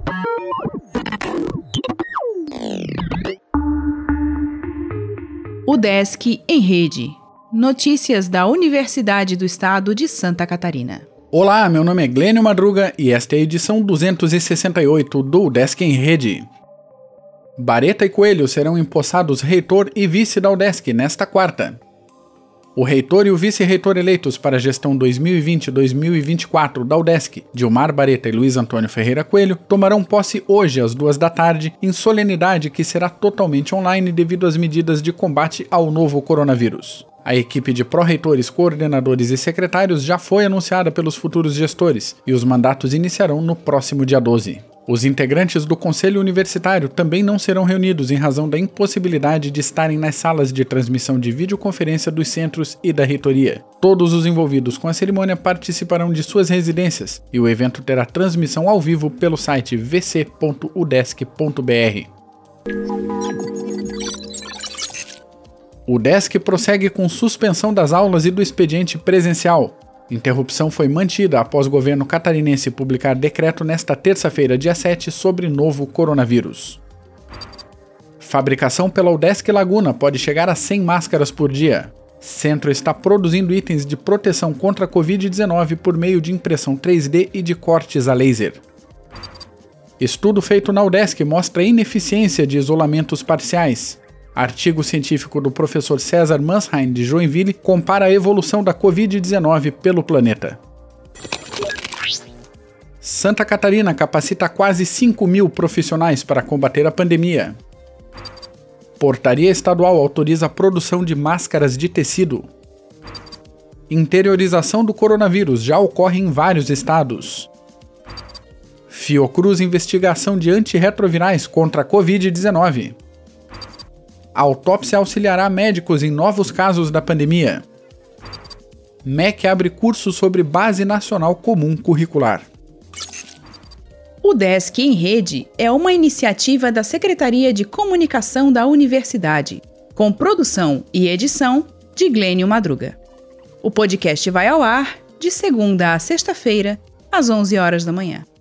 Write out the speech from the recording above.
UDESC em Rede. Notícias da Universidade do Estado de Santa Catarina. Olá, meu nome é Glênio Madruga e esta é a edição 268 do UDESC em Rede. Bareta e Coelho serão empossados reitor e vice da UDESC nesta quarta. O reitor e o vice-reitor eleitos para a gestão 2020-2024 da UDESC, Dilmar Bareta e Luiz Antônio Ferreira Coelho, tomarão posse hoje às 14h, em solenidade que será totalmente online devido às medidas de combate ao novo coronavírus. A equipe de pró-reitores, coordenadores e secretários já foi anunciada pelos futuros gestores e os mandatos iniciarão no próximo dia 12. Os integrantes do Conselho Universitário também não serão reunidos em razão da impossibilidade de estarem nas salas de transmissão de videoconferência dos centros e da reitoria. Todos os envolvidos com a cerimônia participarão de suas residências e o evento terá transmissão ao vivo pelo site vc.udesc.br. O UDESC prossegue com suspensão das aulas e do expediente presencial. Interrupção foi mantida após o governo catarinense publicar decreto nesta terça-feira, dia 7, sobre novo coronavírus. Fabricação pela UDESC Laguna pode chegar a 100 máscaras por dia. Centro está produzindo itens de proteção contra a Covid-19 por meio de impressão 3D e de cortes a laser. Estudo feito na UDESC mostra a ineficiência de isolamentos parciais. Artigo científico do professor César Mansheim, de Joinville, compara a evolução da Covid-19 pelo planeta. Santa Catarina capacita quase 5.000 profissionais para combater a pandemia. Portaria estadual autoriza a produção de máscaras de tecido. Interiorização do coronavírus já ocorre em vários estados. Fiocruz investigação de antirretrovirais contra a Covid-19. A autópsia auxiliará médicos em novos casos da pandemia. MEC abre curso sobre Base Nacional Comum Curricular. O UDESC em Rede é uma iniciativa da Secretaria de Comunicação da Universidade, com produção e edição de Glênio Madruga. O podcast vai ao ar de segunda a sexta-feira, às 11 horas da manhã.